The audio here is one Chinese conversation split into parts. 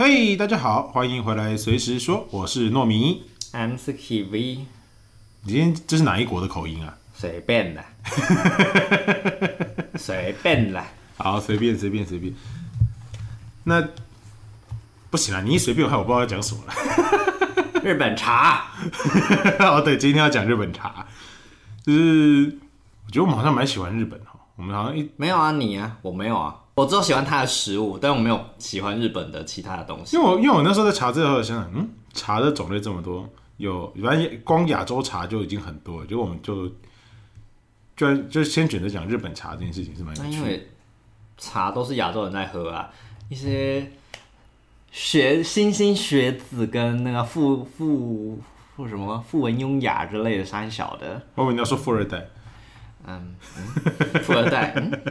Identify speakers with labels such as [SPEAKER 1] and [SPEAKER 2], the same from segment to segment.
[SPEAKER 1] 嘿，大家好，欢迎回来随时说，我是糯米。
[SPEAKER 2] I'm Kiwi。
[SPEAKER 1] 你今天这是哪一国的口音啊？
[SPEAKER 2] 随便啦，随便啦。
[SPEAKER 1] 好，随便。那不行啊，你一随便的话，我不知道要讲什么了。
[SPEAKER 2] 日本茶。
[SPEAKER 1] 哦，对，今天要讲日本茶，就是我觉得我们好像蛮喜欢日本哈，我们好像
[SPEAKER 2] 没有啊，你啊，我没有啊，我只有喜欢它的食物，但我没有喜欢日本的其他的东西。
[SPEAKER 1] 因为我那时候在查资料的时候想想，茶的种类这么多，反正光亚洲茶就已经很多了，就我们就先选择讲日本茶这件事情是蛮有趣的。
[SPEAKER 2] 因为茶都是亚洲人在喝啊，一些新兴学子跟那个富文庸雅之类的三小的。
[SPEAKER 1] 我以为你要说富二代。
[SPEAKER 2] 富二代，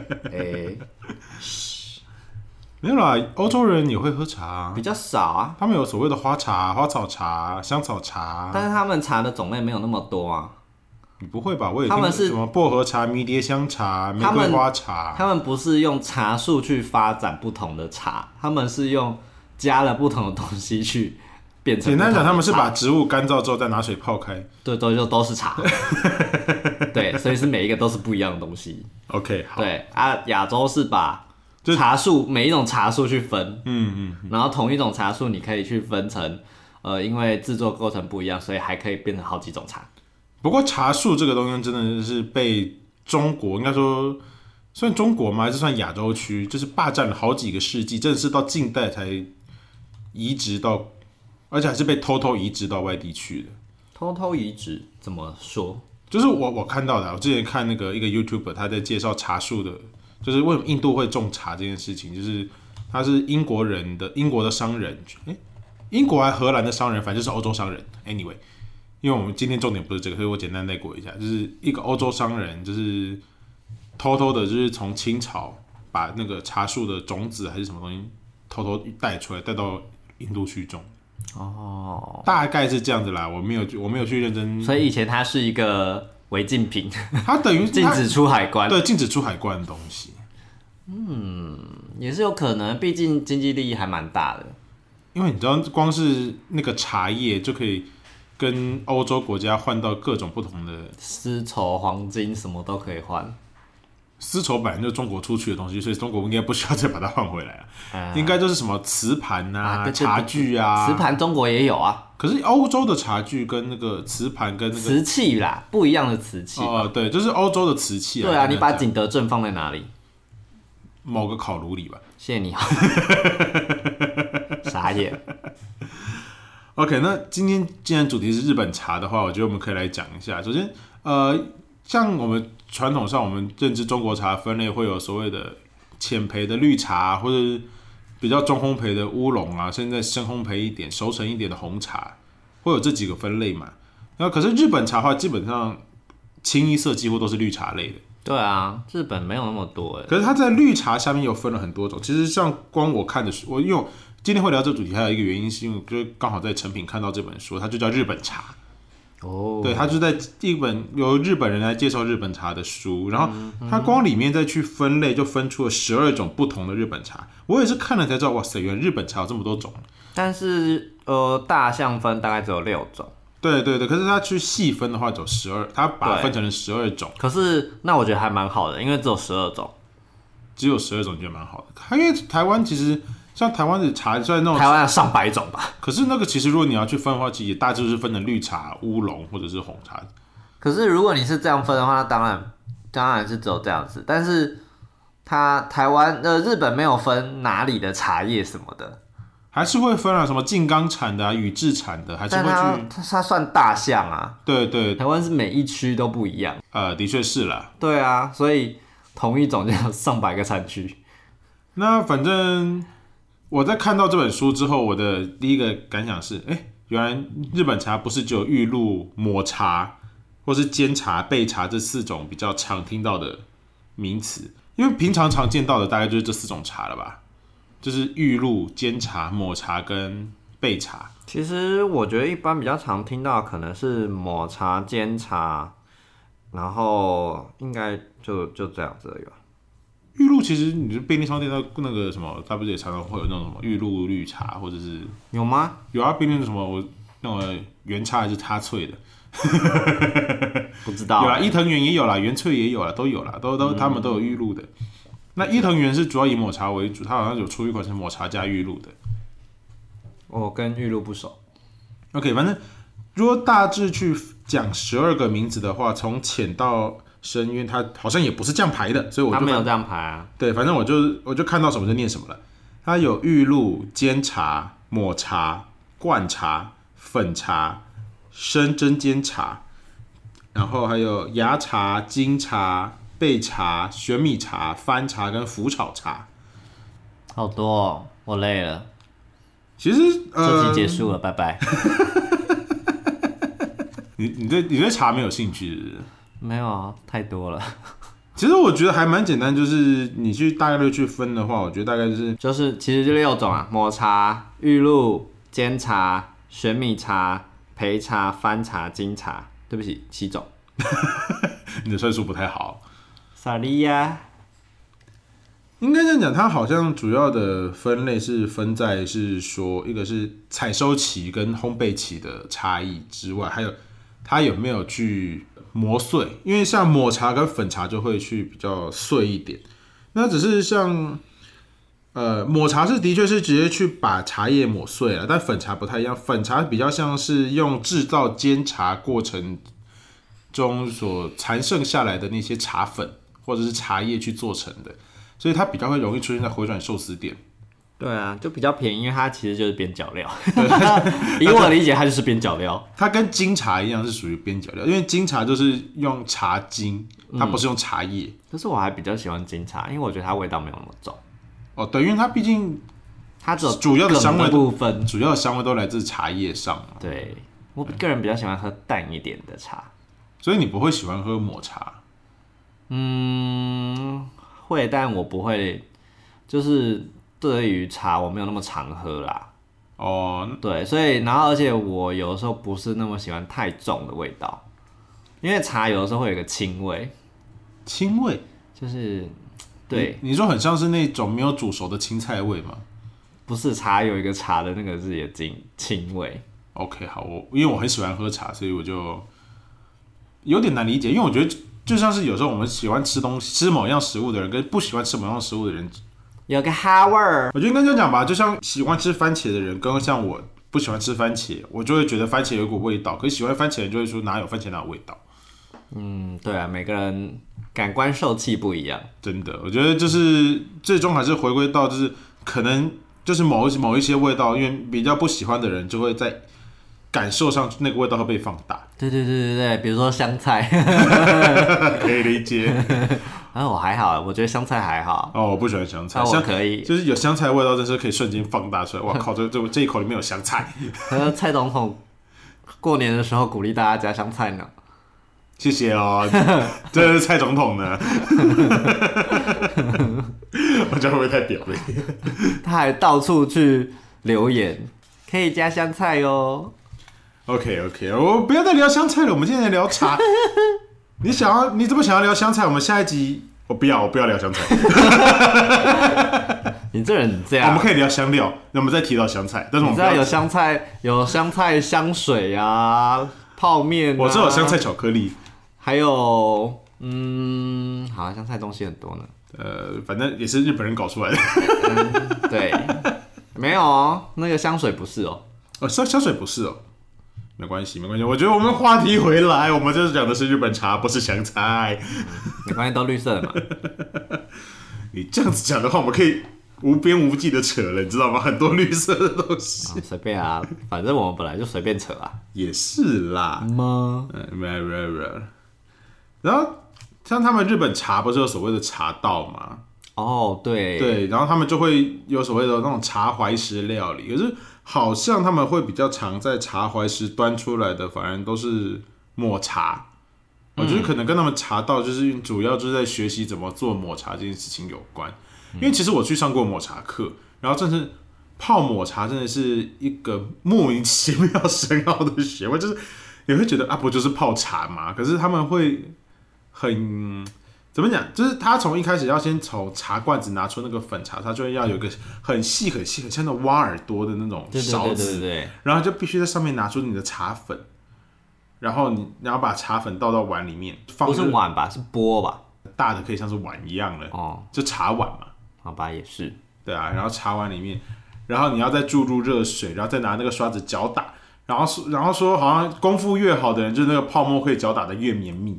[SPEAKER 1] 没有啦，欧洲人也会喝茶，
[SPEAKER 2] 比较少啊。
[SPEAKER 1] 他们有所谓的花茶、花草茶、香草茶，
[SPEAKER 2] 但是他们茶的种类没有那么多啊。
[SPEAKER 1] 你不会吧？我也听过什么薄荷茶、迷迭香茶、玫瑰花茶。
[SPEAKER 2] 他们不是用茶树去发展不同的茶，他们是用加了不同的东西去变成。
[SPEAKER 1] 简单讲，他们是把植物干燥之后再拿水泡开。
[SPEAKER 2] 对，都是茶。对，所以是每一个都是不一样的东西。
[SPEAKER 1] OK， 好。
[SPEAKER 2] 对啊，亚洲是把茶树每一种茶树去分，然后同一种茶树你可以去分成，因为制作过程不一样，所以还可以变成好几种茶。
[SPEAKER 1] 不过茶树这个东西真的是被中国，应该说算中国吗？还是算亚洲区？就是霸占了好几个世纪，真的是到近代才移植到，而且还是被偷偷移植到外地去的。
[SPEAKER 2] 偷偷移植怎么说？
[SPEAKER 1] 就是我看到的，我之前看那个一个 YouTuber 他在介绍茶树的，就是为什么印度会种茶这件事情，就是他是英国的商人，英国还荷兰的商人，反正就是欧洲商人。Anyway。因为我们今天重点不是这个，所以我简单带过一下，就是一个欧洲商人，就是偷偷的，就是从清朝把那个茶树的种子还是什么东西偷偷带出来，带到印度去种。哦，大概是这样子啦，我没有去认真。
[SPEAKER 2] 所以以前它是一个违禁品，
[SPEAKER 1] 它等于
[SPEAKER 2] 禁止出海关。
[SPEAKER 1] 对，禁止出海关的东西。
[SPEAKER 2] 也是有可能，毕竟经济利益还蛮大的。
[SPEAKER 1] 因为你知道，光是那个茶叶就可以跟欧洲国家换到各种不同的
[SPEAKER 2] 丝绸、黄金，什么都可以换。
[SPEAKER 1] 丝绸本来就是中国出去的东西，所以中国应该不需要再把它换回来了。应该就是什么瓷盘啊、茶具啊。
[SPEAKER 2] 瓷盘中国也有啊。
[SPEAKER 1] 可是欧洲的茶具跟那个瓷盘跟那个
[SPEAKER 2] 瓷器啦，不一样的瓷器。
[SPEAKER 1] 对，就是欧洲的瓷器啊。
[SPEAKER 2] 对啊，你把景德镇放在哪里？
[SPEAKER 1] 某个烤炉里吧。
[SPEAKER 2] 谢谢你好。傻眼。
[SPEAKER 1] OK， 那今天既然主题是日本茶的话，我觉得我们可以来讲一下。首先，像我们传统上我们认知中国茶分类会有所谓的浅焙的绿茶，或者比较中烘焙的乌龙啊，甚至深烘焙一点、熟成一点的红茶，会有这几个分类嘛。然后可是日本茶的话，基本上清一色几乎都是绿茶类的。
[SPEAKER 2] 对啊，日本没有那么多。
[SPEAKER 1] 可是它在绿茶下面又分了很多种。其实像光我看的书，因为今天会聊这个主题，还有一个原因是因为就刚好在成品看到这本书，它就叫日本茶。对，它就在一本由日本人来介绍日本茶的书，然后它光里面再去分类，就分出了12种不同的日本茶。我也是看了才知道，哇塞，原来日本茶有这么多种。
[SPEAKER 2] 但是大项分大概只有6种。对，
[SPEAKER 1] 可是它去细分的话只有12，它把它分成了12种。
[SPEAKER 2] 可是那我觉得还蛮好的，因为只有12种。
[SPEAKER 1] 只有12种，觉得蛮好的。因为台湾其实像台湾的茶，虽然那种
[SPEAKER 2] 台湾有上百种吧。
[SPEAKER 1] 可是那个其实如果你要去分的话，其实也大致就是分成绿茶、乌龙或者是红茶。
[SPEAKER 2] 可是如果你是这样分的话，那当然是只有这样子。但是台湾日本没有分哪里的茶叶什么的。
[SPEAKER 1] 还是会分啊，什么静冈产的啊、宇治产的，还是会去。
[SPEAKER 2] 它算大项啊。
[SPEAKER 1] 对，
[SPEAKER 2] 台湾是每一区都不一样。
[SPEAKER 1] 的确是啦。
[SPEAKER 2] 对啊，所以同一种就有上百个产区。
[SPEAKER 1] 那反正我在看到这本书之后，我的第一个感想是，原来日本茶不是只有玉露、抹茶或是煎茶、焙茶这4种比较常听到的名词，因为平常常见到的大概就是这4种茶了吧。就是玉露、煎茶、抹茶跟焙茶。
[SPEAKER 2] 其实我觉得一般比较常听到可能是抹茶、煎茶，然后应该就这样子而已吧。
[SPEAKER 1] 玉露其实你是便利商店那个什么，它不是也常常会有那种什么玉露绿茶，或者是
[SPEAKER 2] 有吗？
[SPEAKER 1] 有啊，便利什么我那种原茶还是他萃的，
[SPEAKER 2] 不知道。
[SPEAKER 1] 有啦，伊藤园也有啦，原萃也有啦，都有啦，他们都有玉露的。那伊藤园是主要以抹茶为主，它好像有出一款是抹茶加玉露的。
[SPEAKER 2] 我跟玉露不熟。
[SPEAKER 1] OK， 反正如果大致去讲12个名字的话，从浅到深，因为它好像也不是这样排的，所以我就
[SPEAKER 2] 他没有这样排啊。
[SPEAKER 1] 对，反正我就看到什么就念什么了。它有玉露、煎茶、抹茶、灌茶、粉茶、生针煎茶，然后还有芽茶、金茶、焙茶、玄米茶、番茶跟腐炒茶。
[SPEAKER 2] 好多哦，我累了。
[SPEAKER 1] 其实
[SPEAKER 2] 这集结束了，拜拜。
[SPEAKER 1] 你对茶没有兴趣是不是？
[SPEAKER 2] 没有啊，太多了。
[SPEAKER 1] 其实我觉得还蛮简单，就是你去大概率去分的话，我觉得大概
[SPEAKER 2] 就是其实就6种啊：抹茶、玉露、煎茶、玄米茶、焙茶、番茶、金茶。对不起，7种。
[SPEAKER 1] 你的算术不太好。
[SPEAKER 2] 萨利亚。
[SPEAKER 1] 应该这样讲，它好像主要的分类是分在是说，一个是采收期跟烘焙期的差异之外，还有它有没有去磨碎，因为像抹茶跟粉茶就会去比较碎一点，那只是像抹茶是的确是直接去把茶叶磨碎了，但粉茶不太一样，粉茶比较像是用制造煎茶过程中所残剩下来的那些茶粉或者是茶叶去做成的。所以它比较会容易出现在回转寿司店。
[SPEAKER 2] 对啊，就比较便宜，因为它其实就是边角料。以我的理解，它就是边角料。
[SPEAKER 1] 它跟金茶一样是属于边角料，因为金茶就是用茶精，它不是用茶叶。
[SPEAKER 2] 可是我还比较喜欢金茶，因为我觉得它味道没有那么重。
[SPEAKER 1] 哦，对，因为它毕竟
[SPEAKER 2] 它只有
[SPEAKER 1] 主要的香味
[SPEAKER 2] 部分，
[SPEAKER 1] 主要的香味都来自茶叶上嘛。
[SPEAKER 2] 对，我个人比较喜欢喝淡一点的茶。
[SPEAKER 1] 所以你不会喜欢喝抹茶？
[SPEAKER 2] 会，但我不会，就是对于茶我没有那么常喝啦。
[SPEAKER 1] 哦，
[SPEAKER 2] 对，所以然后而且我有的时候不是那么喜欢太重的味道，因为茶有的时候会有一个青味，
[SPEAKER 1] 青味
[SPEAKER 2] 就是对，
[SPEAKER 1] 你说很像是那种没有煮熟的青菜味吗？
[SPEAKER 2] 不是茶有一个茶的那个自己的青味。
[SPEAKER 1] OK， 好，因为我很喜欢喝茶，所以我就有点难理解，因为我觉得就像是有时候我们喜欢吃某样食物的人，跟不喜欢吃某样食物的人，
[SPEAKER 2] 有个哈味儿。
[SPEAKER 1] 我觉得应该这样讲吧，就像喜欢吃番茄的人，跟像我不喜欢吃番茄，我就会觉得番茄有一股味道，可是喜欢番茄的人就会说哪有番茄哪有味道。
[SPEAKER 2] 对啊，每个人感官受气不一样。
[SPEAKER 1] 真的，我觉得就是最终还是回归到就是可能就是某一些味道，因为比较不喜欢的人就会在感受上那个味道会被放大。
[SPEAKER 2] 对，比如说香菜，
[SPEAKER 1] 可以理解。
[SPEAKER 2] 然后我还好，我觉得香菜还好。
[SPEAKER 1] 哦，我不喜欢香菜，
[SPEAKER 2] 我可以，
[SPEAKER 1] 就是有香菜的味道，真是可以瞬间放大出来。哇靠，这一口里面有香菜。
[SPEAKER 2] 蔡总统过年的时候鼓励大家加香菜呢。
[SPEAKER 1] 谢谢哦，这是蔡总统呢。我觉得会不会太屌了？
[SPEAKER 2] 他还到处去留言，可以加香菜哦。
[SPEAKER 1] OK， 我不要再聊香菜了，我们现在来聊茶。你这么想要聊香菜，我们下一集我不要聊香菜。
[SPEAKER 2] 你这人这样，
[SPEAKER 1] 我们可以聊香料，那我们再提到香菜，但是我们
[SPEAKER 2] 你知道有香菜香水啊，泡面啊，
[SPEAKER 1] 我知道有香菜巧克力，
[SPEAKER 2] 还有好，香菜东西很多呢。
[SPEAKER 1] 反正也是日本人搞出来的。
[SPEAKER 2] 对，没有哦，那个香水不是哦。
[SPEAKER 1] 香水不是哦。没关系，我觉得我们话题回来，我们就是讲的是日本茶，不是香菜。
[SPEAKER 2] 没关系，都绿色的嘛。
[SPEAKER 1] 你这样子讲的话，我们可以无边无际的扯了，你知道吗？很多绿色的东西。
[SPEAKER 2] 随便啊，反正我们本来就随便扯啊。
[SPEAKER 1] 也是啦。
[SPEAKER 2] 吗？
[SPEAKER 1] 然后像他们日本茶不是有所谓的茶道吗？
[SPEAKER 2] 哦，对
[SPEAKER 1] 对，然后他们就会有所谓的那种茶怀石料理，可是好像他们会比较常在茶怀石端出来的，反而都是抹茶。我觉得可能跟他们茶道就是主要就是在学习怎么做抹茶这件事情有关。因为其实我去上过抹茶课，然后真是泡抹茶真的是一个莫名其妙深奥的学问，就是你会觉得啊，不就是泡茶吗？可是他们会很怎么讲？就是他从一开始要先从茶罐子拿出那个粉茶，他就要有一个很细很细，很像那种挖耳朵的那种勺子，
[SPEAKER 2] 对，
[SPEAKER 1] 然后就必须在上面拿出你的茶粉，然后把茶粉倒到碗里面，
[SPEAKER 2] 不是碗吧，是钵吧？
[SPEAKER 1] 大的可以像是碗一样的，就茶碗嘛。
[SPEAKER 2] 好吧，也是。
[SPEAKER 1] 对啊，然后茶碗里面，然后你要再注入热水，然后再拿那个刷子搅打，然后说好像功夫越好的人，就是那个泡沫可以搅打的越绵密。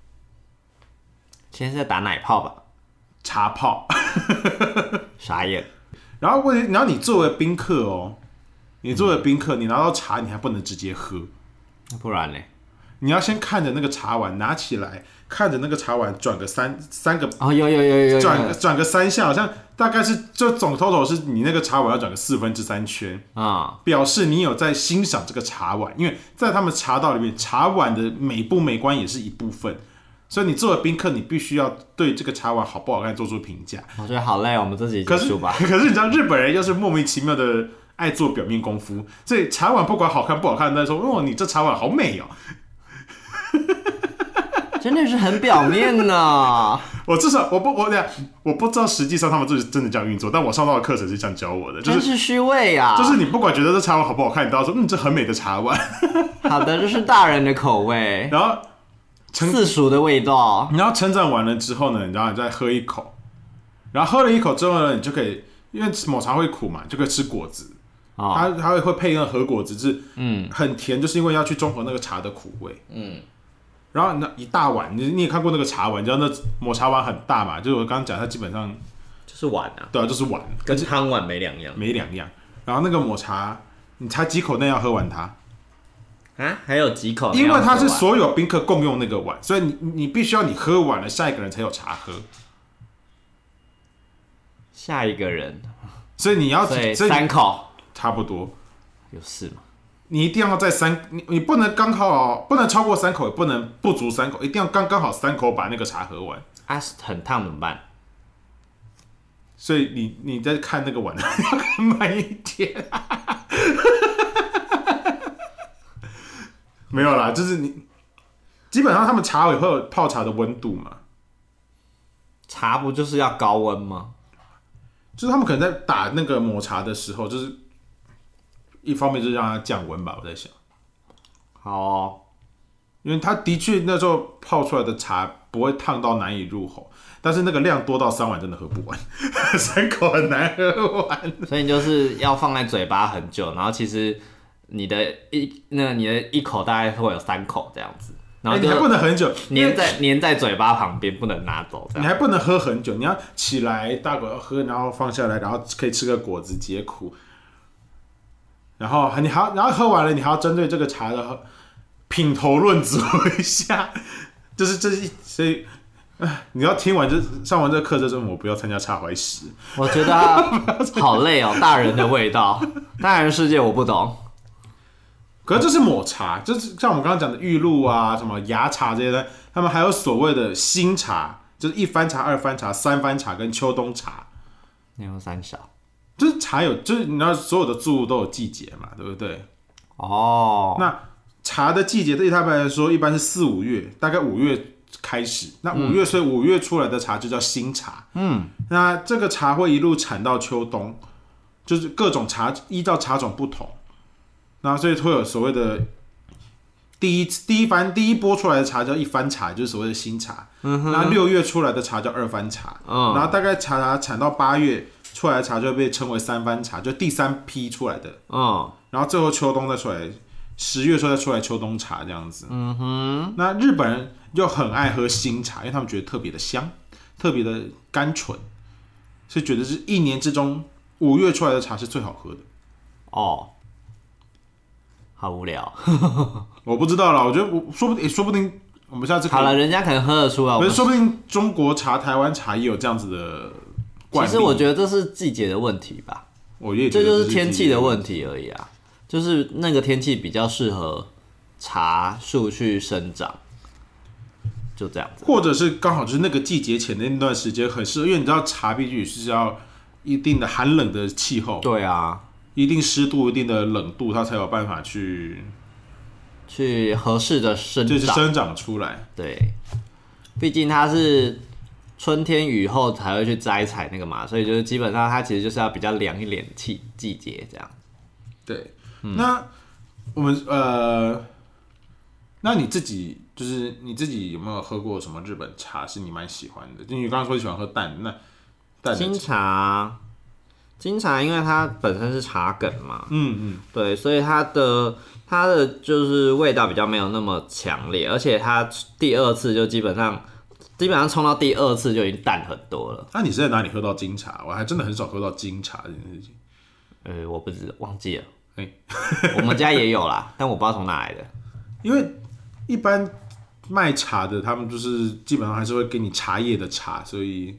[SPEAKER 2] 现在是在打奶泡吧？
[SPEAKER 1] 茶泡，
[SPEAKER 2] 傻眼。
[SPEAKER 1] 然后你作为宾客哦，你拿到茶你还不能直接喝，
[SPEAKER 2] 不然呢？
[SPEAKER 1] 你要先看着那个茶碗拿起来，看着那个茶碗转个三个
[SPEAKER 2] 哦，有
[SPEAKER 1] 转个3下，好像大概是就总 total 是你那个茶碗要转个3/4圈
[SPEAKER 2] 啊，
[SPEAKER 1] 表示你有在欣赏这个茶碗，因为在他们茶道里面，茶碗的美不美观也是一部分。所以你作为宾客，你必须要对这个茶碗好不好看做出评价。
[SPEAKER 2] 我觉得好累，我们这集结束吧。
[SPEAKER 1] 可是你知道日本人又是莫名其妙的爱做表面功夫，所以茶碗不管好看不好看，但说哦你这茶碗好美哦，
[SPEAKER 2] 真的是很表面呢。
[SPEAKER 1] 我至少我不知道实际上他们就是真的这样运作，但我上到的课程是这样教我的，
[SPEAKER 2] 真是虚伪啊！
[SPEAKER 1] 就是你不管觉得这茶碗好不好看，你都要说这很美的茶碗。
[SPEAKER 2] 好的，这是大人的口味。
[SPEAKER 1] 然后
[SPEAKER 2] 四熟的味道，
[SPEAKER 1] 然后称赞完了之后呢，然后你再喝一口，然后喝了一口之后呢，你就可以，因为抹茶会苦嘛，就可以吃果子。它会配那个和果子，是很甜，就是因为要去中和那个茶的苦味。然后那一大碗，你也看过那个茶碗，你知道那抹茶碗很大嘛？就是我刚刚讲，它基本上
[SPEAKER 2] 就是碗啊，
[SPEAKER 1] 对啊，就是碗，
[SPEAKER 2] 跟汤碗没两
[SPEAKER 1] 样。然后那个抹茶，你才几口内要喝完它。
[SPEAKER 2] 啊，还有几口？
[SPEAKER 1] 因为它是所有宾客共用那个碗，所以你必须要你喝完了，下一个人才有茶喝。
[SPEAKER 2] 下一个人，
[SPEAKER 1] 所以你要
[SPEAKER 2] 3口，
[SPEAKER 1] 差不多。
[SPEAKER 2] 有事吗？
[SPEAKER 1] 你一定要在你不能刚好不能超过3口，也不能不足3口，一定要刚好3口把那个茶喝完。
[SPEAKER 2] 啊，很烫怎么办？
[SPEAKER 1] 所以你在看那个碗，要看慢一点。没有啦，就是你基本上他们茶尾会有泡茶的温度嘛。
[SPEAKER 2] 茶不就是要高温吗？
[SPEAKER 1] 就是他们可能在打那个抹茶的时候，就是一方面就是让它降温吧，我在想。
[SPEAKER 2] 好哦，
[SPEAKER 1] 因为它的确那时候泡出来的茶不会烫到难以入口，但是那个量多到3碗真的喝不完，3口很难喝完。
[SPEAKER 2] 所以你就是要放在嘴巴很久，然后其实你的一口大概会有3口这样子，然后
[SPEAKER 1] 你还不能很久，
[SPEAKER 2] 粘在嘴巴旁边，不能拿走。
[SPEAKER 1] 你还不能喝很久，你要起来大口要喝，然后放下来，然后可以吃个果子解苦。然后喝完了，你还要针对这个茶的品头论足一下，所以，你要听完上完这个课之后，我不要参加茶怀石。
[SPEAKER 2] 我觉得好累哦，大人的味道，大人世界我不懂。
[SPEAKER 1] 可是这是抹茶，就是像我们刚刚讲的玉露啊、什么芽茶这些的，他们还有所谓的新茶，就是1番茶、2番茶、3番茶跟秋冬茶。
[SPEAKER 2] 你有3小，
[SPEAKER 1] 就是茶就是你知道所有的作物都有季节嘛，对不对？
[SPEAKER 2] 哦，
[SPEAKER 1] 那茶的季节对他们来说一般是4、5月，大概5月开始。那5月，所以5月出来的茶就叫新茶。那这个茶会一路产到秋冬，就是各种茶依照茶种不同。那所以会有所谓的第一波出来的茶叫1番茶，就是所谓的新茶。那6月出来的茶叫2番茶。然后大概茶产到8月出来的茶就被称为3番茶，就第3批出来的。然后最后秋冬再出来，10月再出来秋冬茶这样子。那日本人又很爱喝新茶，因为他们觉得特别的香，特别的甘醇，所以觉得是一年之中5月出来的茶是最好喝的。
[SPEAKER 2] 哦，好无聊。
[SPEAKER 1] 我不知道啦，我觉得说不定我们下次
[SPEAKER 2] 好了，人家可能喝得出来。
[SPEAKER 1] 可是说不定中国茶、台湾茶也有这样子的惯例。
[SPEAKER 2] 其实我觉得这是季节的问题吧，
[SPEAKER 1] 我也觉得
[SPEAKER 2] 这就是天气的问题而已啊。就是那个天气比较适合茶树去生长，就这样子。
[SPEAKER 1] 或者是刚好就是那个季节前的那段时间很适合，因为你知道茶必须是要一定的寒冷的气候，
[SPEAKER 2] 对啊，
[SPEAKER 1] 一定湿度、一定的冷度，它才有办法去
[SPEAKER 2] 合适的生长，
[SPEAKER 1] 就是生长出来。
[SPEAKER 2] 对，毕竟它是春天雨后才会去摘采那个嘛，所以就是基本上它其实就是要比较凉一点的季节这样。
[SPEAKER 1] 对，那我们那你自己有没有喝过什么日本茶是你蛮喜欢的？就你刚刚说你喜欢喝淡的，那
[SPEAKER 2] 金茶，因为它本身是茶梗嘛，对，所以它的就是味道比较没有那么强烈，而且它第二次就基本上冲到第二次就已经淡很多了。
[SPEAKER 1] 那你是在哪里喝到金茶？我还真的很少喝到金茶这件事情。
[SPEAKER 2] 我不知道，忘记了。我们家也有啦，但我不知道从哪来的。
[SPEAKER 1] 因为一般卖茶的，他们就是基本上还是会给你茶叶的茶，所以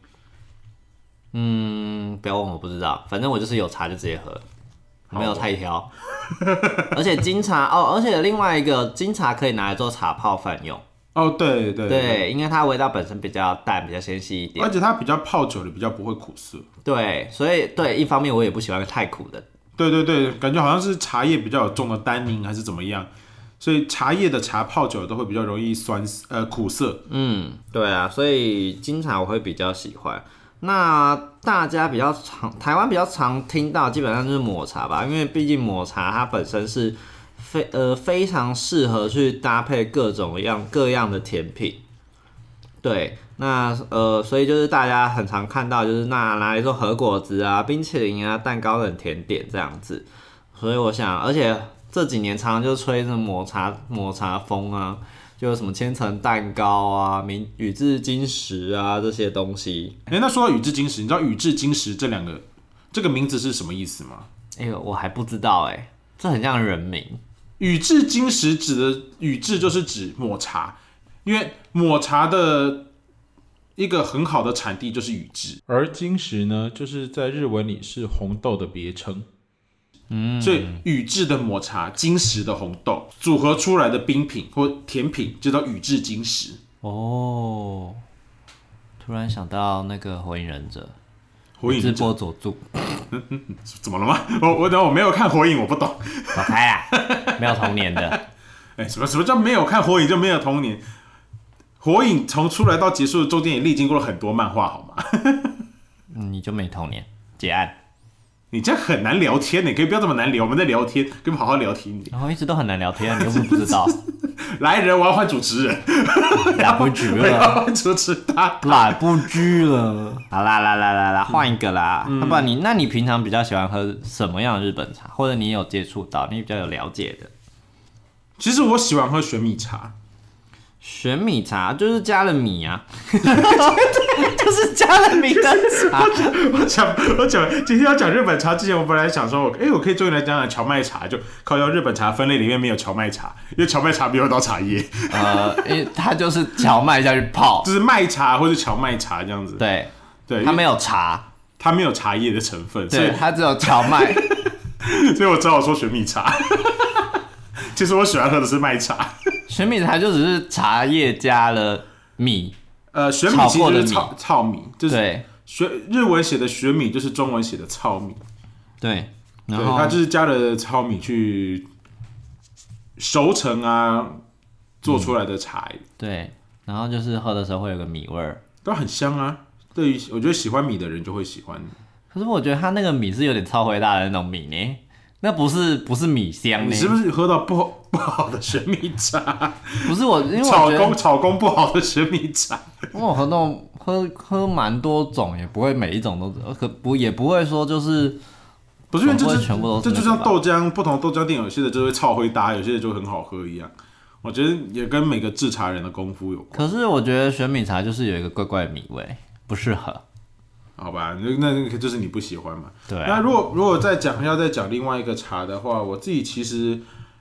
[SPEAKER 2] 不要问我不知道，反正我就是有茶就直接喝，没有太挑。而且金茶而且另外一个金茶可以拿来做茶泡饭用。
[SPEAKER 1] 对，
[SPEAKER 2] 因为它味道本身比较淡，比较纤细一点，
[SPEAKER 1] 而且它比较泡久了，比较不会苦涩。
[SPEAKER 2] 对，所以一方面我也不喜欢太苦的。
[SPEAKER 1] 对，感觉好像是茶叶比较有重的单宁还是怎么样，所以茶叶的茶泡久了都会比较容易苦涩。
[SPEAKER 2] 对啊，所以金茶我会比较喜欢。那大家台湾比较常听到，基本上就是抹茶吧，因为毕竟抹茶它本身是非常适合去搭配各样的甜品。对，那所以就是大家很常看到，就是拿来做和果子啊、冰淇淋啊、蛋糕等甜点这样子。所以我想，而且这几年常常就吹着抹茶风啊，就有什么千层蛋糕啊、宇治金时啊这些东西。
[SPEAKER 1] 那说到宇治金时，你知道宇治金时这个名字是什么意思吗？
[SPEAKER 2] 我还不知道这很像人名。
[SPEAKER 1] 宇治金时指的宇治就是指抹茶。因为抹茶的一个很好的产地就是宇治，而金时呢，就是在日文里是红豆的别称。所以宇治的抹茶、金时的红豆组合出来的冰品或甜品就叫宇治金时。
[SPEAKER 2] 突然想到那个火影忍者，
[SPEAKER 1] 火影忍者
[SPEAKER 2] 佐助，
[SPEAKER 1] 怎么了吗？我没有看火影，我不懂。
[SPEAKER 2] 走开啊！没有童年的。
[SPEAKER 1] 什么叫没有看火影就没有童年？火影从出来到结束的中间也历经过了很多漫画，好吗？
[SPEAKER 2] 你就没童年，结案。
[SPEAKER 1] 你这样很难聊天，你可以不要这么难聊，我们在聊天，可不可以好好聊天。
[SPEAKER 2] 然后一直都很难聊天，你又不知道。
[SPEAKER 1] 来人，我要换主持人。
[SPEAKER 2] 来不及了，
[SPEAKER 1] 我要换主持他，
[SPEAKER 2] 来不及了。好啦，来，换一个啦。要不然那你平常比较喜欢喝什么样的日本茶，或者你有接触到，你比较有了解的？
[SPEAKER 1] 其实我喜欢喝玄米茶。
[SPEAKER 2] 玄米茶就是加了米啊，就是加了米的茶。
[SPEAKER 1] 我讲，今天要讲日本茶之前，我本来想说，我可以终于来讲讲荞麦茶，就靠日本茶分类里面没有荞麦茶，因为荞麦茶没有到茶叶。
[SPEAKER 2] 因为它就是荞麦下去泡，
[SPEAKER 1] 就是麦茶或者荞麦茶这样子。
[SPEAKER 2] 对，它没有茶，
[SPEAKER 1] 它没有茶叶的成分，
[SPEAKER 2] 对，它只有荞麦，
[SPEAKER 1] 所以我只好说玄米茶。其实我喜欢喝的是麦茶。
[SPEAKER 2] 玄米茶就只是茶叶加了米，
[SPEAKER 1] 玄米其实就是糙米，就是日文写的玄米就是中文写的糙米，
[SPEAKER 2] 对，
[SPEAKER 1] 它就是加了糙米去熟成啊做出来的茶，
[SPEAKER 2] 对，然后就是喝的时候会有个米味儿，
[SPEAKER 1] 都很香啊。对于我觉得喜欢米的人就会喜欢。
[SPEAKER 2] 可是我觉得它那个米是有点超回大的那种米呢。那不是米香呢？
[SPEAKER 1] 你是不是喝到不好的玄米茶？
[SPEAKER 2] 不是我，因为我觉得
[SPEAKER 1] 炒工不好的玄米茶。
[SPEAKER 2] 因为我喝那种喝蛮多种，也不会每一种都也不会说就是
[SPEAKER 1] 不是因为
[SPEAKER 2] 全部都是
[SPEAKER 1] 这就像豆浆，不同豆浆店有些的就会超会搭，有些的就很好喝一样。我觉得也跟每个制茶人的功夫有关。
[SPEAKER 2] 可是我觉得玄米茶就是有一个怪怪的米味，不适合。
[SPEAKER 1] 好吧，那就是你不喜欢嘛。
[SPEAKER 2] 对啊。
[SPEAKER 1] 那如果要再讲另外一个茶的话，我自己其实，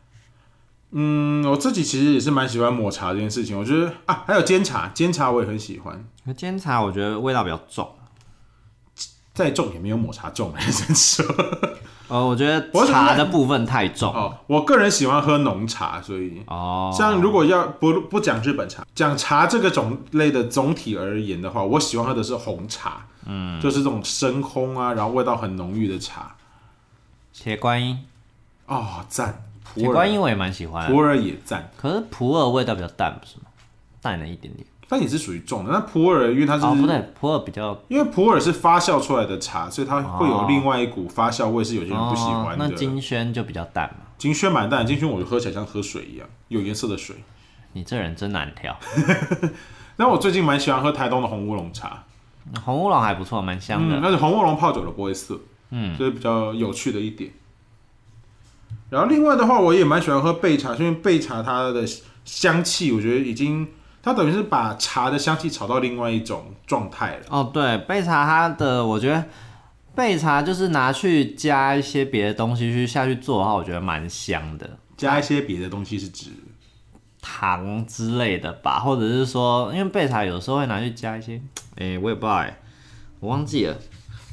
[SPEAKER 1] 也是蛮喜欢抹茶这件事情。我觉得还有煎茶我也很喜欢。
[SPEAKER 2] 煎茶我觉得味道比较重，
[SPEAKER 1] 再重也没有抹茶重，真说。
[SPEAKER 2] 我觉得茶的部分太重。
[SPEAKER 1] 我个人喜欢喝浓茶，所以像如果要不讲日本茶，讲茶这个种类的总体而言的话，我喜欢喝的是红茶。就是这种深烘啊，然后味道很浓郁的茶。
[SPEAKER 2] 铁观音，
[SPEAKER 1] 赞！
[SPEAKER 2] 铁观音我也蛮喜欢的，
[SPEAKER 1] 普洱也赞。
[SPEAKER 2] 可是普洱味道比较淡，不是吗？ 淡了一点点。
[SPEAKER 1] 但也是属于重的。那普洱因为它是
[SPEAKER 2] 不对，普洱比较，
[SPEAKER 1] 因为普洱是发酵出来的茶，所以它会有另外一股发酵味，是有些人不喜欢的。
[SPEAKER 2] 那金萱就比较淡嘛。
[SPEAKER 1] 金萱蛮淡，金萱我就喝起来像喝水一样，有颜色的水。
[SPEAKER 2] 你这人真难挑。
[SPEAKER 1] 那我最近蛮喜欢喝台东的红乌龙茶，
[SPEAKER 2] 红乌龙还不错，蛮香的。
[SPEAKER 1] 但是红乌龙泡久了不会涩，所以比较有趣的一点。然后另外的话，我也蛮喜欢喝焙茶，因为焙茶它的香气，我觉得已经它等于是把茶的香气炒到另外一种状态了。
[SPEAKER 2] 哦，对，焙茶它的我觉得焙茶就是拿去加一些别的东西下去做的话，我觉得蛮香的。
[SPEAKER 1] 加一些别的东西是指
[SPEAKER 2] 糖之类的吧，或者是说，因为焙茶有时候会拿去加一些，我也不知道我忘记了，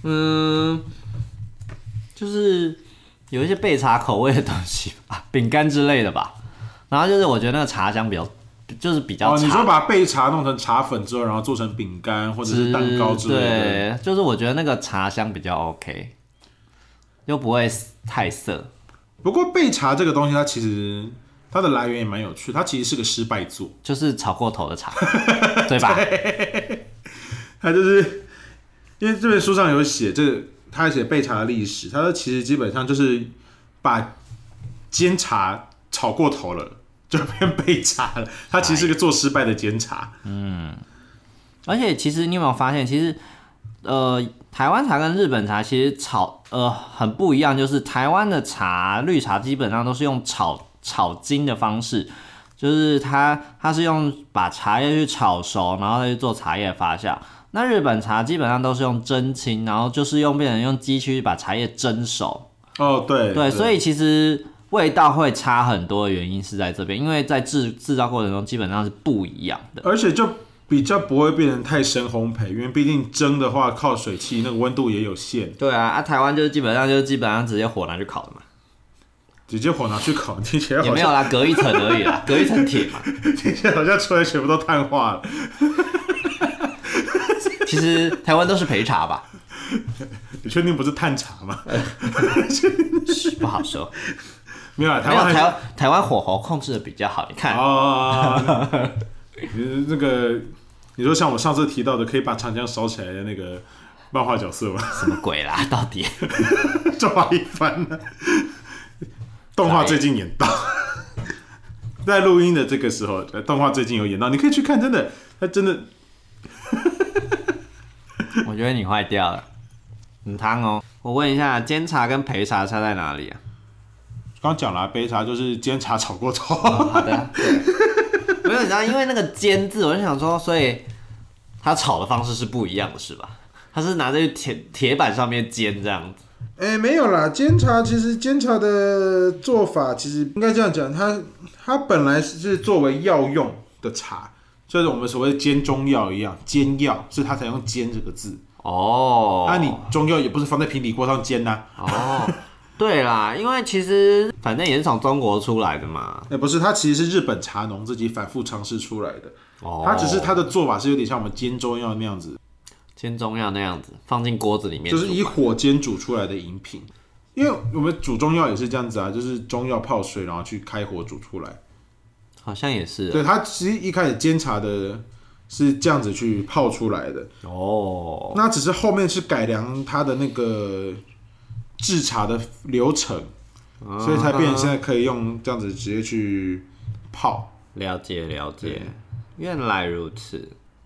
[SPEAKER 2] 就是有一些焙茶口味的东西吧，饼干之类的吧。然后就是我觉得那个茶香比较茶。
[SPEAKER 1] 你说把焙茶弄成茶粉之后，然后做成饼干或者是蛋糕之类的。
[SPEAKER 2] 对，就是我觉得那个茶香比较 OK， 又不会太涩。
[SPEAKER 1] 不过焙茶这个东西，它其实它的来源也蛮有趣，它其实是个失败作，
[SPEAKER 2] 就是炒过头的茶，对吧？
[SPEAKER 1] 它就是因为这本书上有写他写焙茶的历史，他说其实基本上就是把煎茶炒过头了，就变焙茶了。它其实是个做失败的煎茶。
[SPEAKER 2] 而且其实你有没有发现，其实台湾茶跟日本茶其实很不一样，就是台湾的绿茶基本上都是用炒精的方式，就是它是用把茶叶去炒熟，然后再去做茶叶发酵。那日本茶基本上都是用蒸青，然后就是变成用机器把茶叶蒸熟。
[SPEAKER 1] 哦，对，
[SPEAKER 2] 所以其实味道会差很多的原因是在这边，因为在制造过程中基本上是不一样的，
[SPEAKER 1] 而且就比较不会变成太深烘焙，因为毕竟蒸的话靠水汽，那个温度也有限。
[SPEAKER 2] 对啊，台湾基本上直接火拿去烤的嘛。
[SPEAKER 1] 直接火拿去烤，听起来好像
[SPEAKER 2] 也没有啦，隔一层而已啦，隔一层铁嘛。
[SPEAKER 1] 听起来好像出来全部都碳化了。
[SPEAKER 2] 其实台湾都是焙茶吧？
[SPEAKER 1] 你确定不是碳茶吗？
[SPEAKER 2] 不好说。
[SPEAKER 1] 没有啦，
[SPEAKER 2] 台湾火候控制的比较好，你看。
[SPEAKER 1] 那个，你说像我上次提到的，可以把长江烧起来的那个漫画角色吗？
[SPEAKER 2] 什么鬼啦？到底？
[SPEAKER 1] 中华一番呢？动画最近演到，在录音的这个时候，动画最近有演到，你可以去看，真的，它真的。
[SPEAKER 2] 我觉得你坏掉了，很烫哦。我问一下，煎茶跟焙茶差在哪里啊？
[SPEAKER 1] 刚讲了，焙茶就是煎茶炒过头。
[SPEAKER 2] 好的，没有，你知道，因为那个煎字，我就想说，所以它炒的方式是不一样的，是吧？它是拿在铁板上面煎这样子。
[SPEAKER 1] 没有啦，煎茶其实煎茶的做法其实应该这样讲，它本来是作为药用的茶，就是我们所谓煎中药一样，煎药，所以它才用煎这个字。
[SPEAKER 2] 哦，
[SPEAKER 1] 那你中药也不是放在平底锅上煎呐。
[SPEAKER 2] 哦，对啦，因为其实反正也是从中国出来的嘛。
[SPEAKER 1] 不是，它其实是日本茶农自己反复尝试出来的。
[SPEAKER 2] 哦，
[SPEAKER 1] 它只是它的做法是有点像我们煎中药那样子。
[SPEAKER 2] 煎中药那样子放进锅子里面，
[SPEAKER 1] 就是以火煎煮出来的饮品。因为我们煮中药也是这样子啊，就是中药泡水，然后去开火煮出来。
[SPEAKER 2] 好像也是。
[SPEAKER 1] 对，它其实一开始煎茶的是这样子去泡出来的。
[SPEAKER 2] 哦，
[SPEAKER 1] 那只是后面是改良它的那个制茶的流程，所以才变成现在可以用这样子直接去泡。
[SPEAKER 2] 了解，原来如此。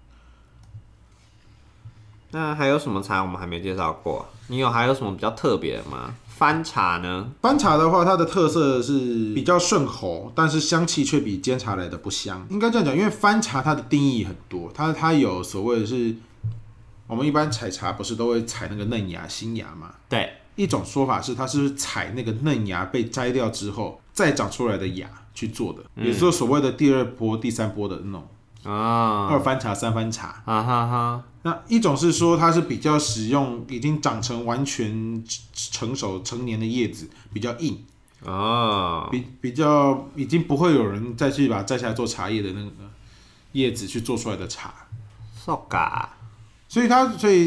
[SPEAKER 2] 那还有什么茶我们还没介绍过？还有什么比较特别的吗？番茶呢？
[SPEAKER 1] 番茶的话，它的特色是比较顺喉，但是香气却比煎茶来的不香。应该这样讲，因为番茶它的定义很多，它有所谓的是，我们一般采茶不是都会采那个嫩芽、新芽嘛？
[SPEAKER 2] 对。
[SPEAKER 1] 一种说法是，它是采那个嫩芽被摘掉之后再长出来的芽去做的，也就是所谓的第二波、第三波的那种。二番茶、三番茶。那一种是说它是比较使用已经长成完全成熟成年的叶子，比较硬。比较已经不会有人再去把它摘下来做茶叶的那个叶子去做出来的茶。
[SPEAKER 2] So ga。
[SPEAKER 1] 所以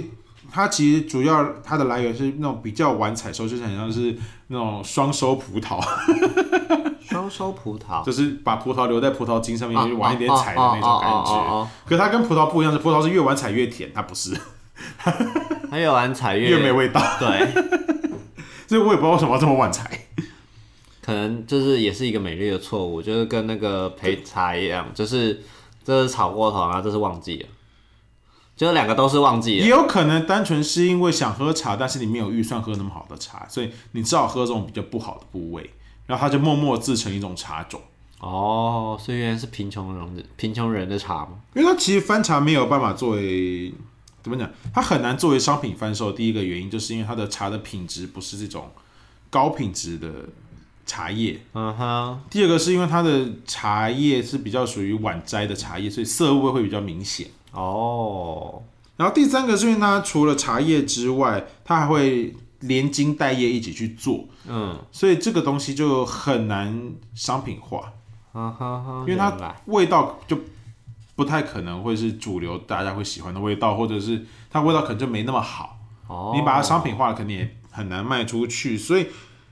[SPEAKER 1] 它其实主要它的来源是那种比较晚采收，就是很像是那种双收葡萄，
[SPEAKER 2] 双收葡萄
[SPEAKER 1] 就是把葡萄留在葡萄茎上面，晚一点采的那种感觉。可是它跟葡萄不一样，是葡萄是越晚采越甜，它不是，
[SPEAKER 2] 它越晚采
[SPEAKER 1] 越没味道。
[SPEAKER 2] 对，
[SPEAKER 1] 所以我也不知道为什么要这么晚采。
[SPEAKER 2] 可能就是也是一个美丽的错误，就是跟那个焙茶一样，就是这是炒过头啊，这是忘记了。就是两个都是忘记了，
[SPEAKER 1] 也有可能单纯是因为想喝茶，但是你没有预算喝那么好的茶，所以你只好喝这种比较不好的部位，然后它就默默自成一种茶种。
[SPEAKER 2] 哦，所以原来是贫穷人的茶吗？
[SPEAKER 1] 因为它其实番茶没有办法作为怎么讲，它很难作为商品贩售。第一个原因就是因为它的茶的品质不是这种高品质的茶叶。第二个是因为它的茶叶是比较属于晚摘的茶叶，所以涩味会比较明显。然后第三个是因为它除了茶叶之外，它还会连茎带叶一起去做，所以这个东西就很难商品化，因为它味道就不太可能会是主流大家会喜欢的味道，或者是它味道可能就没那么好，你把它商品化了，肯定也很难卖出去，所以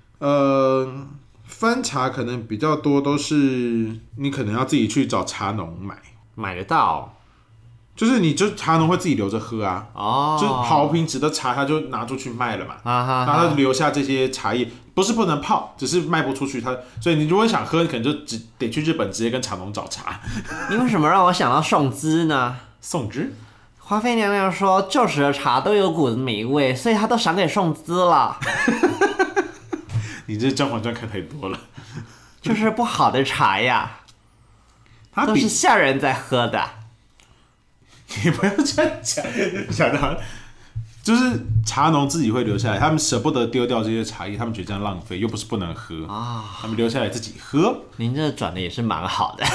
[SPEAKER 1] 番茶可能比较多都是你可能要自己去找茶农
[SPEAKER 2] 买得到。
[SPEAKER 1] 就是你就茶农会自己留着喝啊，就是好品质的茶他就拿出去卖了嘛，然后他就留下这些茶叶，不是不能泡，只是卖不出去。所以你如果想喝，你可能就只得去日本直接跟茶农找茶。
[SPEAKER 2] 你为什么让我想到宋芝呢？
[SPEAKER 1] 宋芝，
[SPEAKER 2] 华妃娘娘说旧时的茶都有股美味，所以她都赏给宋芝了。
[SPEAKER 1] 你这《甄嬛传》看太多了，
[SPEAKER 2] 就是不好的茶呀，都是下人在喝的。
[SPEAKER 1] 你不要这样讲，想到就是茶农自己会留下来，他们舍不得丢掉这些茶叶，他们觉得这样浪费，又不是不能喝他们留下来自己喝。
[SPEAKER 2] 您这转的也是蛮好的。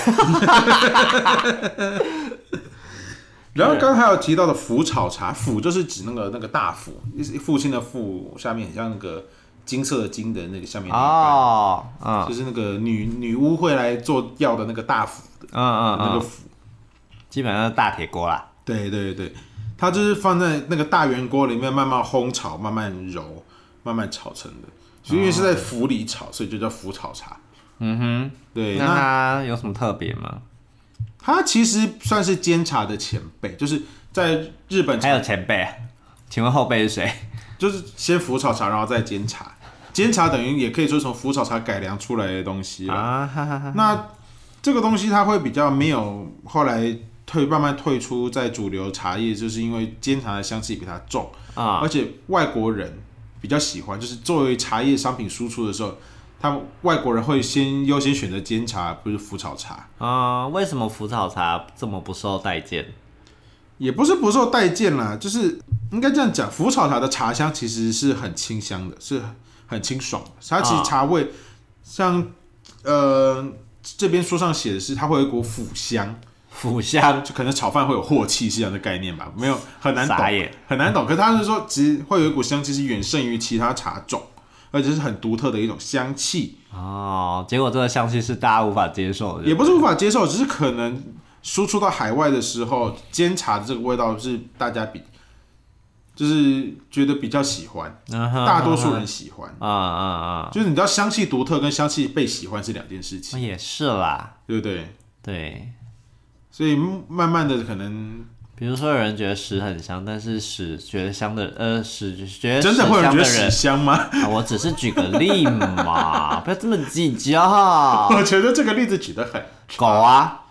[SPEAKER 1] 然后刚刚还有提到的腐炒茶，腐就是指那个大腐，父亲的父下面很像那个金色的金的那个下面那一半，就是那个女巫会来做药的那个大腐的，那个腐。
[SPEAKER 2] 基本上是大铁锅啦。
[SPEAKER 1] 对对对，它就是放在那个大圆锅里面慢慢烘炒、慢慢揉、慢慢炒成的。所以因为是在釜里炒，所以就叫釜炒茶。对。
[SPEAKER 2] 那它有什么特别吗？
[SPEAKER 1] 它其实算是煎茶的前辈，就是在日本
[SPEAKER 2] 还有前辈，请问后辈是谁？
[SPEAKER 1] 就是先釜炒茶，然后再煎茶。煎茶等于也可以说从釜炒茶改良出来的东西了。那这个东西它会比较没有后来慢慢退出在主流茶叶，就是因为煎茶的香气比它重而且外国人比较喜欢，就是作为茶叶商品输出的时候，外国人会优先选择煎茶，不是釜炒茶。
[SPEAKER 2] 为什么釜炒茶这么不受待见？
[SPEAKER 1] 也不是不受待见啦，就是应该这样讲，釜炒茶的茶香其实是很清香的，是很清爽的。它其实茶味像这边书上写的是它会有一股腐香。
[SPEAKER 2] 腐香
[SPEAKER 1] 就可能炒饭会有镬气是这样的概念吧，没有很难懂，很难懂。可是他是说，其实会有一股香气是远胜于其他茶种，而且是很独特的一种香气。
[SPEAKER 2] 结果这个香气是大家无法接受的，
[SPEAKER 1] 也不是无法接受，只是可能输出到海外的时候，煎茶的这个味道是大家就是觉得比较喜欢，大多数人喜欢就是你知道香气独特跟香气被喜欢是两件事情。
[SPEAKER 2] 也是啦，
[SPEAKER 1] 对不对？
[SPEAKER 2] 对。
[SPEAKER 1] 所以慢慢的可能，
[SPEAKER 2] 比如说有人觉得屎很香，但是屎觉得香的，屎觉得
[SPEAKER 1] 真的会有人觉得屎香吗？
[SPEAKER 2] 我只是举个例嘛，不要这么计较。
[SPEAKER 1] 我觉得这个例子举得很
[SPEAKER 2] 狗啊，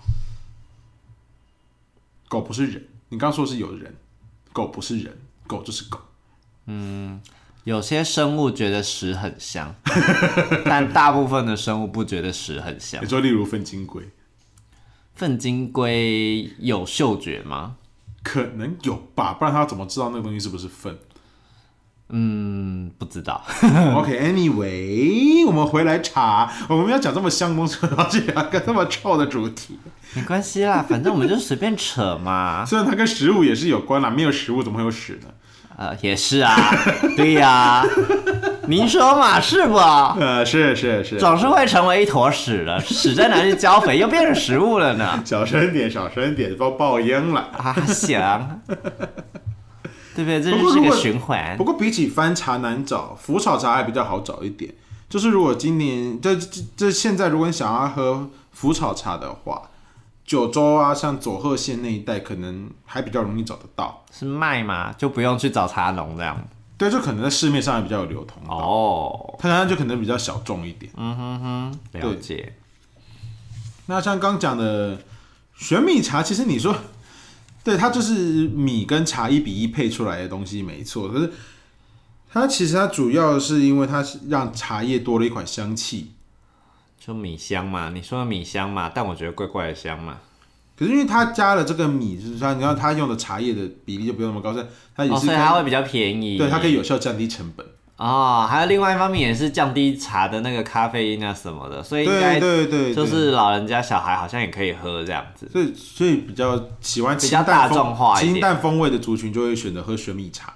[SPEAKER 1] 狗不是人，你刚说是有人，狗不是人，狗就是狗。
[SPEAKER 2] 有些生物觉得屎很香，但大部分的生物不觉得屎很香。
[SPEAKER 1] 你说例如粪金龟。
[SPEAKER 2] 粪金龟有嗅觉吗？
[SPEAKER 1] 可能有吧，不然它怎么知道那个东西是不是粪？
[SPEAKER 2] 不知道。
[SPEAKER 1] OK，anyway， 我们回来茶，我们要讲这么香的东西，然后去聊个这么臭的主题。
[SPEAKER 2] 没关系啦，反正我们就随便扯嘛。
[SPEAKER 1] 虽然它跟食物也是有关啦，没有食物怎么会有屎呢？
[SPEAKER 2] 也是啊，对呀。您说嘛，是不？
[SPEAKER 1] 是，
[SPEAKER 2] 总是会成为一坨屎的，屎再拿去浇肥，又变成食物了呢。
[SPEAKER 1] 小声点，都爆烟了。
[SPEAKER 2] 行。 对不对？这就是个循环。
[SPEAKER 1] 不过比起番茶难找，腐炒茶还比较好找一点。就是如果今年这现在如果你想要喝腐炒茶的话，九州啊，像佐贺县那一带可能还比较容易找得到。
[SPEAKER 2] 是卖吗？就不用去找茶农这样。
[SPEAKER 1] 对，就可能在市面上也比较有流通
[SPEAKER 2] 哦。
[SPEAKER 1] 它就可能比较小众一点。
[SPEAKER 2] 了解。
[SPEAKER 1] 那像刚讲的玄米茶，其实你说，对，它就是米跟茶1:1配出来的东西，没错。可是它其实它主要是因为它让茶叶多了一款香气，
[SPEAKER 2] 就米香嘛，你说的米香嘛，但我觉得怪怪的香嘛。
[SPEAKER 1] 可是因为它加了这个米，就是它，你看它用的茶叶的比例就不用那么高，它也是
[SPEAKER 2] 所以它会比较便宜。
[SPEAKER 1] 对，它可以有效降低成本。
[SPEAKER 2] 还有另外一方面也是降低茶的那个咖啡因啊什么的，所以应该
[SPEAKER 1] 对，
[SPEAKER 2] 就是老人家小孩好像也可以喝这样子。
[SPEAKER 1] 所以比较喜欢
[SPEAKER 2] 比较大众化一点
[SPEAKER 1] 清淡风味的族群就会选择喝玄米茶。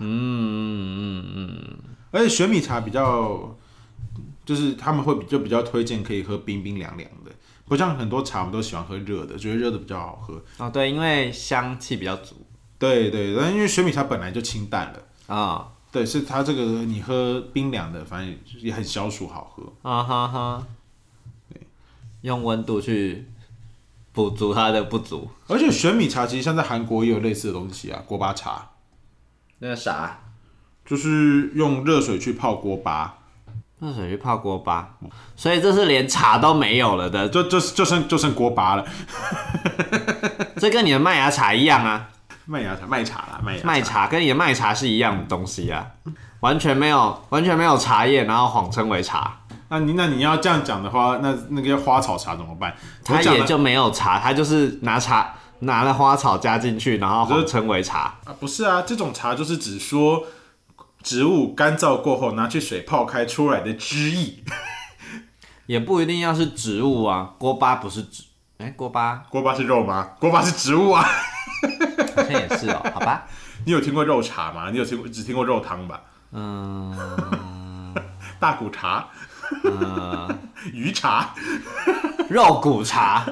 [SPEAKER 1] 而且玄米茶比较，就是他们会比较推荐可以喝冰冰凉凉的，不像很多茶我们都喜欢喝热的，觉得热的比较好喝。
[SPEAKER 2] 对，因为香气比较足。
[SPEAKER 1] 对，但因为玄米茶本来就清淡了对，是它这个你喝冰凉的，反正也很消暑好喝。
[SPEAKER 2] 对，用温度去补足它的不足。
[SPEAKER 1] 而且玄米茶其实像在韩国也有类似的东西啊，锅巴茶。
[SPEAKER 2] 那个啥，
[SPEAKER 1] 就是用热水去泡锅巴。
[SPEAKER 2] 热水去泡锅巴，所以这是连茶都没有了的，
[SPEAKER 1] 就剩锅巴了。
[SPEAKER 2] 这跟你的麦芽茶一样啊。
[SPEAKER 1] 麦茶
[SPEAKER 2] 麦茶跟你的麦茶是一样的东西啊，完全没有茶叶，然后谎称为茶。
[SPEAKER 1] 那你要这样讲的话，那个花草茶怎么办？
[SPEAKER 2] 它也就没有茶，它就是拿了花草加进去，然后谎称为茶。
[SPEAKER 1] 不是啊，这种茶就是只说植物干燥过后拿去水泡开出来的汁液。
[SPEAKER 2] 也不一定要是植物啊，锅巴不是锅巴
[SPEAKER 1] 是肉吗？锅巴是植物啊。
[SPEAKER 2] 好像也是好吧。
[SPEAKER 1] 你有听过肉茶吗？你只听过肉汤吧？大骨茶，鱼茶，
[SPEAKER 2] 肉骨茶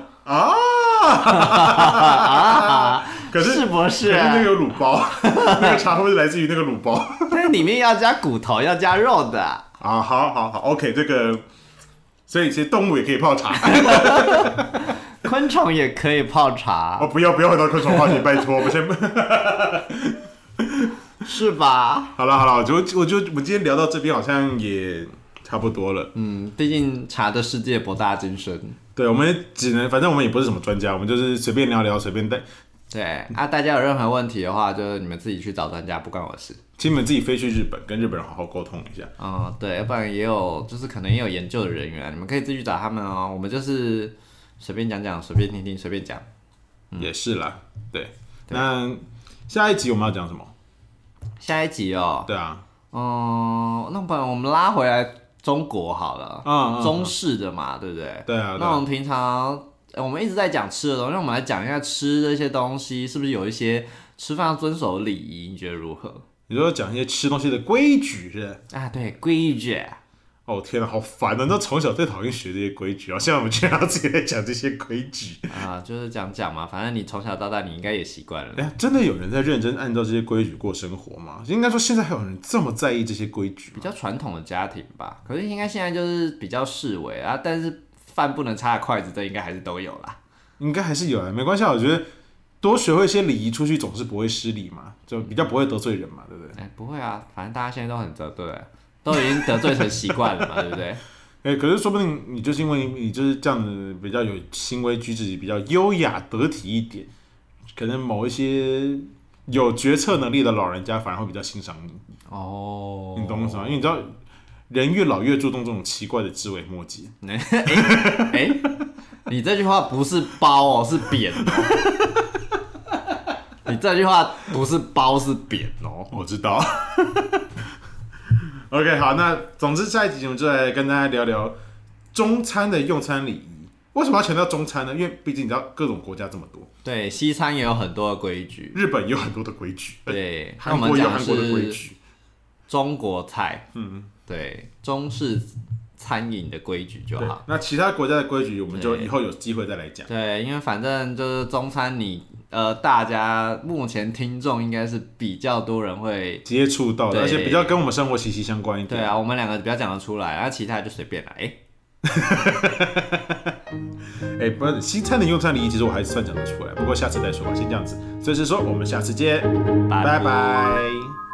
[SPEAKER 1] 可是
[SPEAKER 2] 不是？
[SPEAKER 1] 可是那个有卤包，那个茶会不会来自于那个卤包？
[SPEAKER 2] 但是里面要加骨头，要加肉的。
[SPEAKER 1] 好 ，OK， 这个，所以其实动物也可以泡茶。
[SPEAKER 2] 昆虫也可以泡茶。
[SPEAKER 1] 不要回到昆虫话题，拜托，我们先。
[SPEAKER 2] 是吧？
[SPEAKER 1] 好了，我们今天聊到这边好像也差不多了。
[SPEAKER 2] 毕竟茶的世界博大精深。
[SPEAKER 1] 对，我们反正我们也不是什么专家，我们就是随便聊聊，随便带。
[SPEAKER 2] 对大家有任何问题的话，就是你们自己去找专家，不关我的事。
[SPEAKER 1] 请你们自己飞去日本，跟日本人好好沟通一下。
[SPEAKER 2] 对，要不然也有，就是可能也有研究的人员，你们可以自己去找他们哦。我们就是随便讲，随便听，随便讲。
[SPEAKER 1] 也是啦，对。那下一集我们要讲什么？
[SPEAKER 2] 下一集哦。
[SPEAKER 1] 对啊。
[SPEAKER 2] 那不然我们拉回来中国好了。中式的嘛，对不对？
[SPEAKER 1] 对啊。
[SPEAKER 2] 那我们平常我们一直在讲吃的东西，那我们来讲一下吃这些东西是不是有一些吃饭要遵守的礼仪？你觉得如何？
[SPEAKER 1] 你说讲一些吃东西的规矩是？
[SPEAKER 2] 对，规矩。
[SPEAKER 1] 天哪，好烦啊！那从小最讨厌学这些规矩，现在我们居然要自己在讲这些规矩
[SPEAKER 2] 就是讲嘛，反正你从小到大你应该也习惯了。
[SPEAKER 1] 真的有人在认真按照这些规矩过生活吗？应该说现在还有人这么在意这些规矩吗？
[SPEAKER 2] 比较传统的家庭吧，可是应该现在就是比较视为啊，但是饭不能插筷子，这应该还是都有啦。
[SPEAKER 1] 应该还是有啦，没关系，我觉得多学会一些礼仪，出去总是不会失礼嘛，就比较不会得罪人嘛，对不对？
[SPEAKER 2] 不会啊，反正大家现在都很得罪，都已经得罪成习惯了嘛，对不对？
[SPEAKER 1] 可是说不定你就是因为你就是这样的比较有行为举止比较优雅得体一点，可能某一些有决策能力的老人家反而会比较欣赏你。你懂我意思吗？因为你知道人越老越注重这种奇怪的枝微末节。
[SPEAKER 2] 你这句话不是包是扁你这句话不是包是扁
[SPEAKER 1] 我知道。OK， 好，那总之下一集我们就来跟大家聊聊中餐的用餐礼仪。为什么要强调中餐呢？因为毕竟你知道各种国家这么多，
[SPEAKER 2] 对，西餐也有很多的规矩，
[SPEAKER 1] 日本也有很多的规矩，
[SPEAKER 2] 对，
[SPEAKER 1] 韩国也有韩国的规矩，
[SPEAKER 2] 中国菜，对，中式餐饮的规矩就好。
[SPEAKER 1] 那其他国家的规矩，我们就以后有机会再来讲。
[SPEAKER 2] 对，因为反正就是中餐大家目前听众应该是比较多人会
[SPEAKER 1] 接触到的，而且比较跟我们生活息息相关一点。
[SPEAKER 2] 对啊，我们两个比较讲得出来，那其他就随便来。
[SPEAKER 1] 不是西餐的用餐礼仪，其实我还算讲得出来，不过下次再说吧，先这样子。所以是说，我们下次见，拜拜。